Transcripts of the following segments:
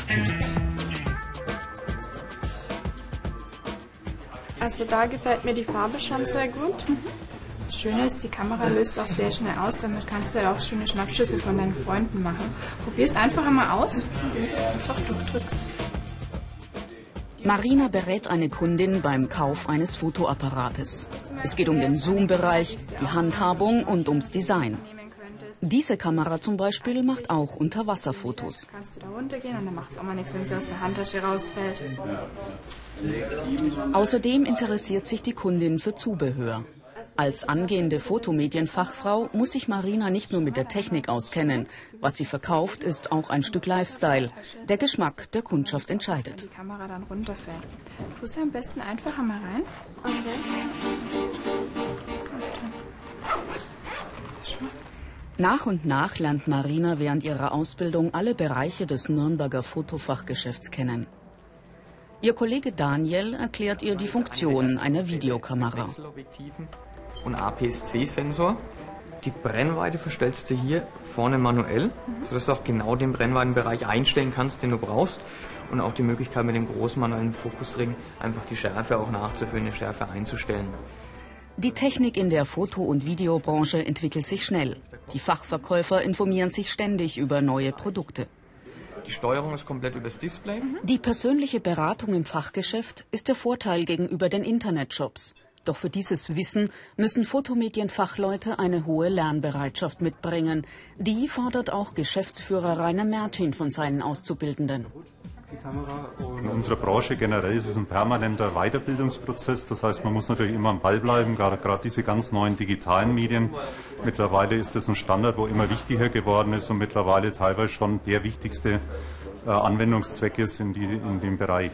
Also da gefällt mir die Farbe schon sehr gut. Das Schöne ist, die Kamera löst auch sehr schnell aus, damit kannst du auch schöne Schnappschüsse von deinen Freunden machen. Probier es einfach einmal aus, indem du einfach durchdrückst. Marina berät eine Kundin beim Kauf eines Fotoapparates. Es geht um den Zoom-Bereich, die Handhabung und ums Design. Diese Kamera zum Beispiel macht auch Unterwasserfotos. Kannst du da runtergehen und dann macht es auch mal nichts, wenn sie aus der Handtasche rausfällt. Außerdem interessiert sich die Kundin für Zubehör. Als angehende Fotomedienfachfrau muss sich Marina nicht nur mit der Technik auskennen. Was sie verkauft, ist auch ein Stück Lifestyle. Der Geschmack der Kundschaft entscheidet. Wenn die Kamera dann runterfällt. Tu sie am besten einfach einmal rein. Nach und nach lernt Marina während ihrer Ausbildung alle Bereiche des Nürnberger Fotofachgeschäfts kennen. Ihr Kollege Daniel erklärt ihr die Funktion einer Videokamera. Und APS-C-Sensor. Die Brennweite verstellst du hier vorne manuell, sodass du auch genau den Brennweitenbereich einstellen kannst, den du brauchst. Und auch die Möglichkeit mit dem großen manuellen Fokusring einfach die Schärfe auch nachzuführen, die Schärfe einzustellen. Die Technik in der Foto- und Videobranche entwickelt sich schnell. Die Fachverkäufer informieren sich ständig über neue Produkte. Die Steuerung ist komplett übers Display. Die persönliche Beratung im Fachgeschäft ist der Vorteil gegenüber den Internetshops. Doch für dieses Wissen müssen Fotomedienfachleute eine hohe Lernbereitschaft mitbringen. Die fordert auch Geschäftsführer Rainer Mertin von seinen Auszubildenden. In unserer Branche generell ist es ein permanenter Weiterbildungsprozess. Das heißt, man muss natürlich immer am Ball bleiben, gerade diese ganz neuen digitalen Medien. Mittlerweile ist es ein Standard, wo immer wichtiger geworden ist und mittlerweile teilweise schon der wichtigste Anwendungszweck ist in dem Bereich.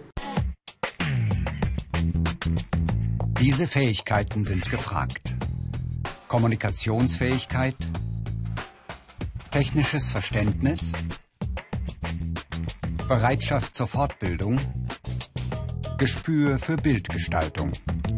Diese Fähigkeiten sind gefragt. Kommunikationsfähigkeit, technisches Verständnis, Bereitschaft zur Fortbildung, Gespür für Bildgestaltung.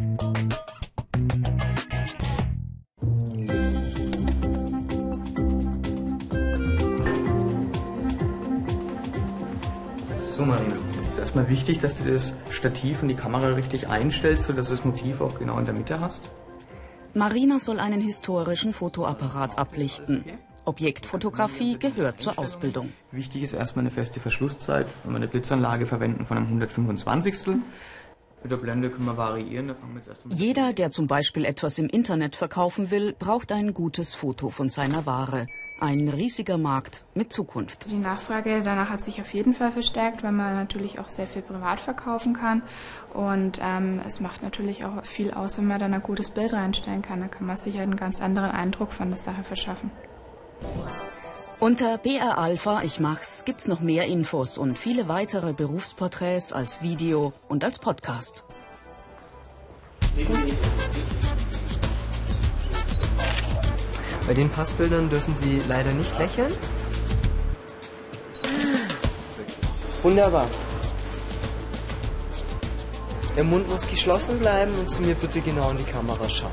So, Marina, es ist erstmal wichtig, dass du das Stativ und die Kamera richtig einstellst, sodass du das Motiv auch genau in der Mitte hast. Marina soll einen historischen Fotoapparat ablichten. Objektfotografie gehört zur Ausbildung. Wichtig ist erstmal eine feste Verschlusszeit. Wenn wir eine Blitzanlage verwenden von einem 125. Mit der Blende können wir variieren. Da fangen wir jetzt erst mal Jeder, der zum Beispiel etwas im Internet verkaufen will, braucht ein gutes Foto von seiner Ware. Ein riesiger Markt mit Zukunft. Die Nachfrage danach hat sich auf jeden Fall verstärkt, weil man natürlich auch sehr viel privat verkaufen kann. Und es macht natürlich auch viel aus, wenn man dann ein gutes Bild reinstellen kann. Da kann man sich einen ganz anderen Eindruck von der Sache verschaffen. Unter BR Alpha Ich Mach's gibt's noch mehr Infos und viele weitere Berufsporträts als Video und als Podcast. Bei den Passbildern dürfen Sie leider nicht lächeln. Wunderbar. Der Mund muss geschlossen bleiben und zu mir bitte genau in die Kamera schauen.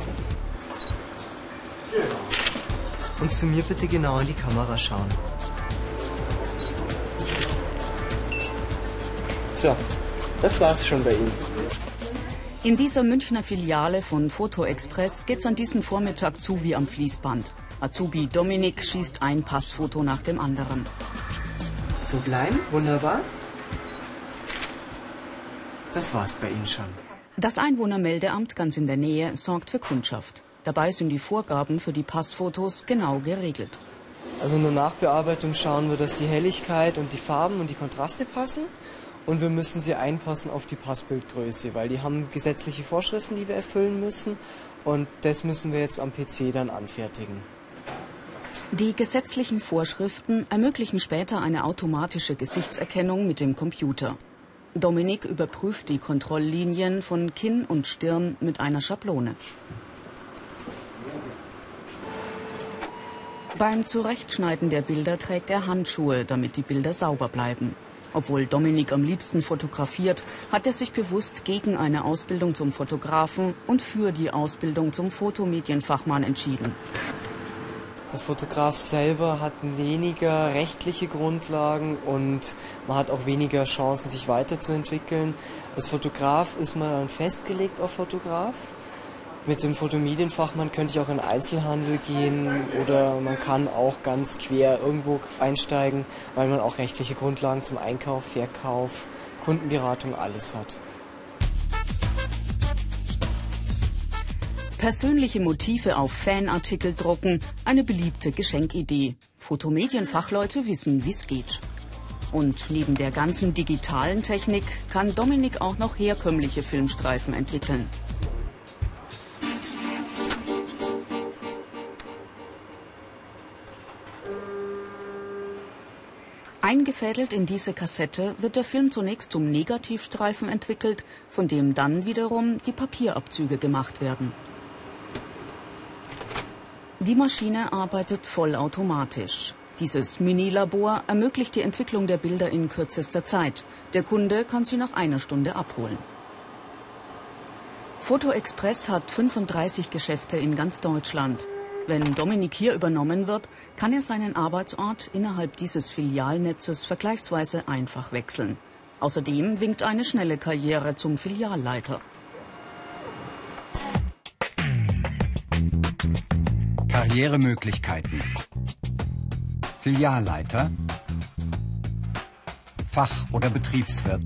Und zu mir bitte genau in die Kamera schauen. So, das war's schon bei Ihnen. In dieser Münchner Filiale von Foto Express geht's an diesem Vormittag zu wie am Fließband. Azubi Dominik schießt ein Passfoto nach dem anderen. So bleiben, wunderbar. Das war's bei Ihnen schon. Das Einwohnermeldeamt ganz in der Nähe sorgt für Kundschaft. Dabei sind die Vorgaben für die Passfotos genau geregelt. Also in der Nachbearbeitung schauen wir, dass die Helligkeit und die Farben und die Kontraste passen. Und wir müssen sie einpassen auf die Passbildgröße, weil die haben gesetzliche Vorschriften, die wir erfüllen müssen. Und das müssen wir jetzt am PC dann anfertigen. Die gesetzlichen Vorschriften ermöglichen später eine automatische Gesichtserkennung mit dem Computer. Dominik überprüft die Kontrolllinien von Kinn und Stirn mit einer Schablone. Beim Zurechtschneiden der Bilder trägt er Handschuhe, damit die Bilder sauber bleiben. Obwohl Dominik am liebsten fotografiert, hat er sich bewusst gegen eine Ausbildung zum Fotografen und für die Ausbildung zum Fotomedienfachmann entschieden. Der Fotograf selber hat weniger rechtliche Grundlagen und man hat auch weniger Chancen, sich weiterzuentwickeln. Als Fotograf ist man dann festgelegt auf Fotograf. Mit dem Fotomedienfachmann könnte ich auch in den Einzelhandel gehen oder man kann auch ganz quer irgendwo einsteigen, weil man auch rechtliche Grundlagen zum Einkauf, Verkauf, Kundenberatung, alles hat. Persönliche Motive auf Fanartikel drucken, eine beliebte Geschenkidee. Fotomedienfachleute wissen, wie es geht. Und neben der ganzen digitalen Technik kann Dominik auch noch herkömmliche Filmstreifen entwickeln. Eingefädelt in diese Kassette wird der Film zunächst zum Negativstreifen entwickelt, von dem dann wiederum die Papierabzüge gemacht werden. Die Maschine arbeitet vollautomatisch. Dieses Mini-Labor ermöglicht die Entwicklung der Bilder in kürzester Zeit. Der Kunde kann sie nach einer Stunde abholen. Foto Express hat 35 Geschäfte in ganz Deutschland. Wenn Dominik hier übernommen wird, kann er seinen Arbeitsort innerhalb dieses Filialnetzes vergleichsweise einfach wechseln. Außerdem winkt eine schnelle Karriere zum Filialleiter. Karrieremöglichkeiten. Filialleiter, Fach- oder Betriebswirt,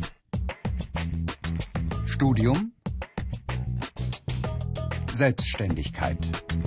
Studium, Selbstständigkeit.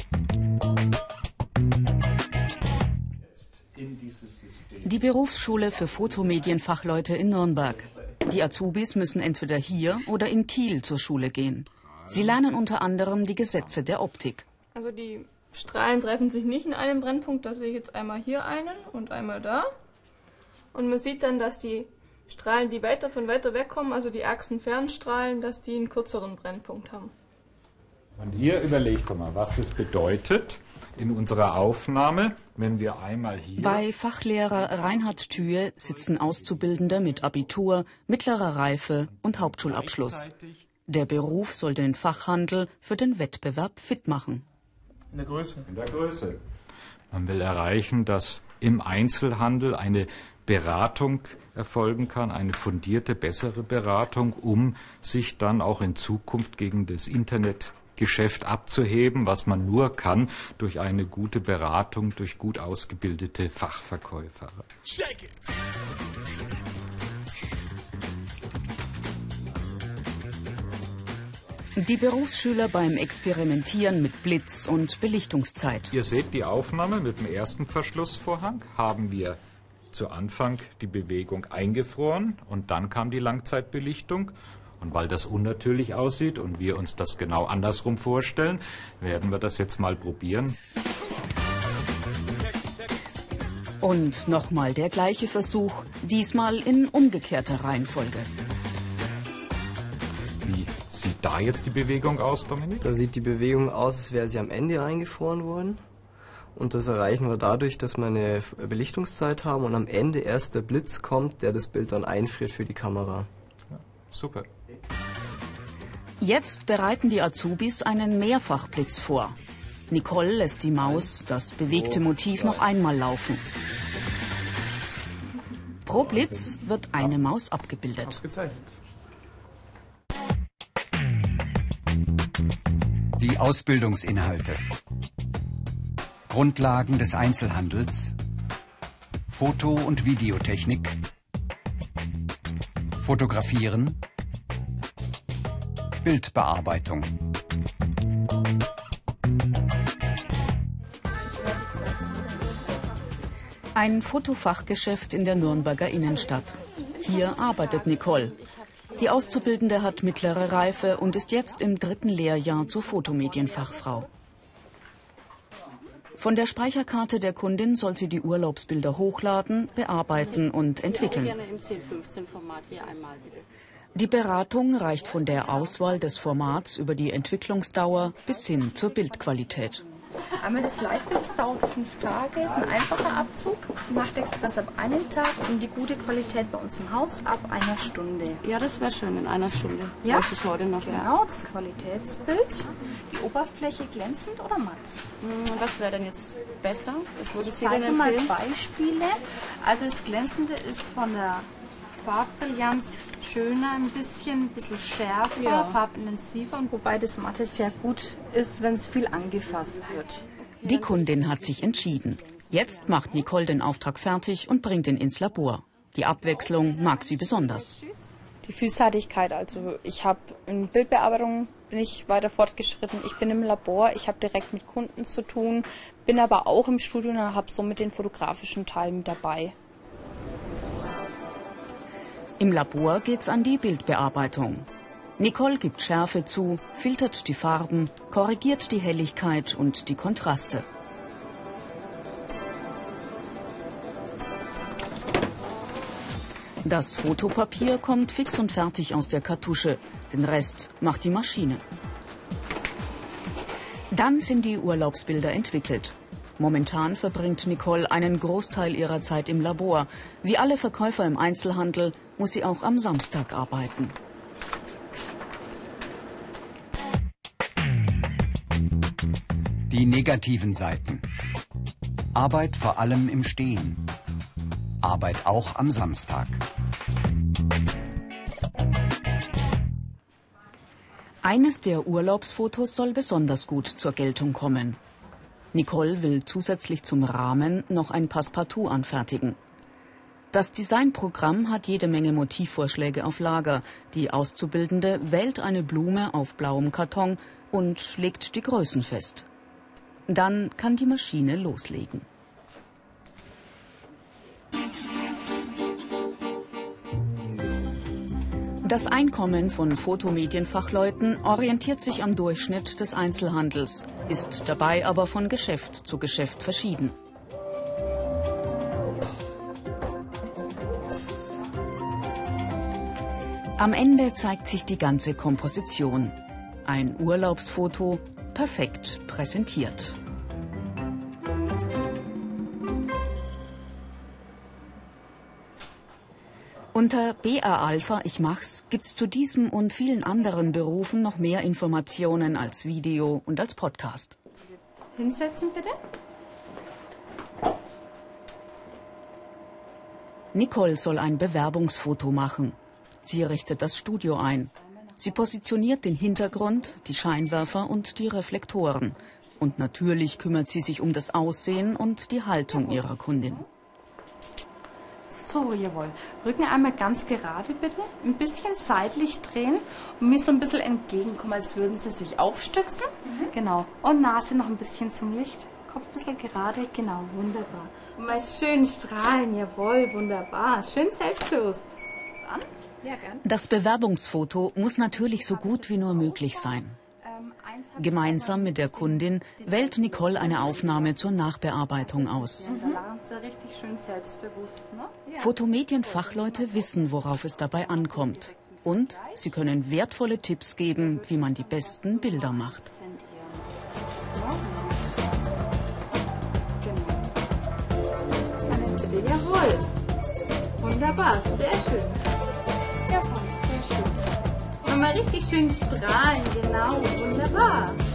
Die Berufsschule für Fotomedienfachleute in Nürnberg. Die Azubis müssen entweder hier oder in Kiel zur Schule gehen. Sie lernen unter anderem die Gesetze der Optik. Also die Strahlen treffen sich nicht in einem Brennpunkt, da sehe ich jetzt einmal hier einen und einmal da. Und man sieht dann, dass die Strahlen, die von weiter weg kommen, also die Achsenfernstrahlen, dass die einen kürzeren Brennpunkt haben. Und ihr überlegt doch mal, was es bedeutet in unserer Aufnahme, wenn wir einmal hier... Bei Fachlehrer Reinhard Thühe sitzen Auszubildende mit Abitur, mittlerer Reife und Hauptschulabschluss. Der Beruf soll den Fachhandel für den Wettbewerb fit machen. In der Größe. In der Größe. Man will erreichen, dass im Einzelhandel eine Beratung erfolgen kann, eine fundierte, bessere Beratung, um sich dann auch in Zukunft gegen das Internetgeschäft abzuheben, was man nur kann durch eine gute Beratung, durch gut ausgebildete Fachverkäufer. Die Berufsschüler beim Experimentieren mit Blitz und Belichtungszeit. Ihr seht die Aufnahme mit dem ersten Verschlussvorhang. Haben wir zu Anfang die Bewegung eingefroren und dann kam die Langzeitbelichtung. Und weil das unnatürlich aussieht und wir uns das genau andersrum vorstellen, werden wir das jetzt mal probieren. Und nochmal der gleiche Versuch, diesmal in umgekehrter Reihenfolge. Wie sieht da jetzt die Bewegung aus, Dominik? Da sieht die Bewegung aus, als wäre sie am Ende eingefroren worden. Und das erreichen wir dadurch, dass wir eine Belichtungszeit haben und am Ende erst der Blitz kommt, der das Bild dann einfriert für die Kamera. Ja, super. Jetzt bereiten die Azubis einen Mehrfachblitz vor. Nicole lässt die Maus, das bewegte Motiv, noch einmal laufen. Pro Blitz wird eine Maus abgebildet. Die Ausbildungsinhalte. Grundlagen des Einzelhandels. Foto- und Videotechnik. Fotografieren. Bildbearbeitung. Ein Fotofachgeschäft in der Nürnberger Innenstadt. Hier arbeitet Nicole. Die Auszubildende hat mittlere Reife und ist jetzt im 3. Lehrjahr zur Fotomedienfachfrau. Von der Speicherkarte der Kundin soll sie die Urlaubsbilder hochladen, bearbeiten und entwickeln. Die Beratung reicht von der Auswahl des Formats über die Entwicklungsdauer bis hin zur Bildqualität. Einmal das Leitbild, das dauert 5 Tage, ist ein einfacher Abzug. Macht Express ab einem Tag und die gute Qualität bei uns im Haus ab einer Stunde. Ja, das wäre schön, in einer Stunde. Ja, das ist heute noch. Genau, das Qualitätsbild. Die Oberfläche glänzend oder matt? Was wäre denn jetzt besser? Ich zeige mal Beispiele. Also das Glänzende ist von der Farbbrillanz schöner, ein bisschen schärfer, farbintensiver, und wobei das Matte sehr gut ist, wenn es viel angefasst wird. Die Kundin hat sich entschieden. Jetzt macht Nicole den Auftrag fertig und bringt ihn ins Labor. Die Abwechslung mag sie besonders. Die Vielseitigkeit, also ich habe in Bildbearbeitung, bin ich weiter fortgeschritten, ich bin im Labor, ich habe direkt mit Kunden zu tun, bin aber auch im Studio und habe somit den fotografischen Teil mit dabei. Im Labor geht's an die Bildbearbeitung. Nicole gibt Schärfe zu, filtert die Farben, korrigiert die Helligkeit und die Kontraste. Das Fotopapier kommt fix und fertig aus der Kartusche. Den Rest macht die Maschine. Dann sind die Urlaubsbilder entwickelt. Momentan verbringt Nicole einen Großteil ihrer Zeit im Labor. Wie alle Verkäufer im Einzelhandel muss sie auch am Samstag arbeiten. Die negativen Seiten. Arbeit vor allem im Stehen. Arbeit auch am Samstag. Eines der Urlaubsfotos soll besonders gut zur Geltung kommen. Nicole will zusätzlich zum Rahmen noch ein Passepartout anfertigen. Das Designprogramm hat jede Menge Motivvorschläge auf Lager. Die Auszubildende wählt eine Blume auf blauem Karton und legt die Größen fest. Dann kann die Maschine loslegen. Das Einkommen von Fotomedienfachleuten orientiert sich am Durchschnitt des Einzelhandels, ist dabei aber von Geschäft zu Geschäft verschieden. Am Ende zeigt sich die ganze Komposition. Ein Urlaubsfoto, perfekt präsentiert. Unter BA Alpha Ich Mach's gibt's zu diesem und vielen anderen Berufen noch mehr Informationen als Video und als Podcast. Hinsetzen bitte. Nicole soll ein Bewerbungsfoto machen. Sie richtet das Studio ein. Sie positioniert den Hintergrund, die Scheinwerfer und die Reflektoren. Und natürlich kümmert sie sich um das Aussehen und die Haltung ihrer Kundin. So, jawohl. Rücken einmal ganz gerade bitte, ein bisschen seitlich drehen und mir so ein bisschen entgegenkommen, als würden Sie sich aufstützen. Genau. Und Nase noch ein bisschen zum Licht. Kopf ein bisschen gerade, genau, wunderbar. Und mal schön strahlen, jawohl, wunderbar. Schön selbstbewusst. Dann? Ja, gern. Das Bewerbungsfoto muss natürlich so gut wie nur möglich sein. Gemeinsam mit der Kundin wählt Nicole eine Aufnahme zur Nachbearbeitung aus. Richtig schön selbstbewusst, ne? Ja. Fotomedienfachleute wissen, worauf es dabei ankommt. Und sie können wertvolle Tipps geben, wie man die besten Bilder macht. Jawohl. Wunderbar, sehr schön. Jawohl, sehr schön. Und mal richtig schön strahlen, genau, wunderbar.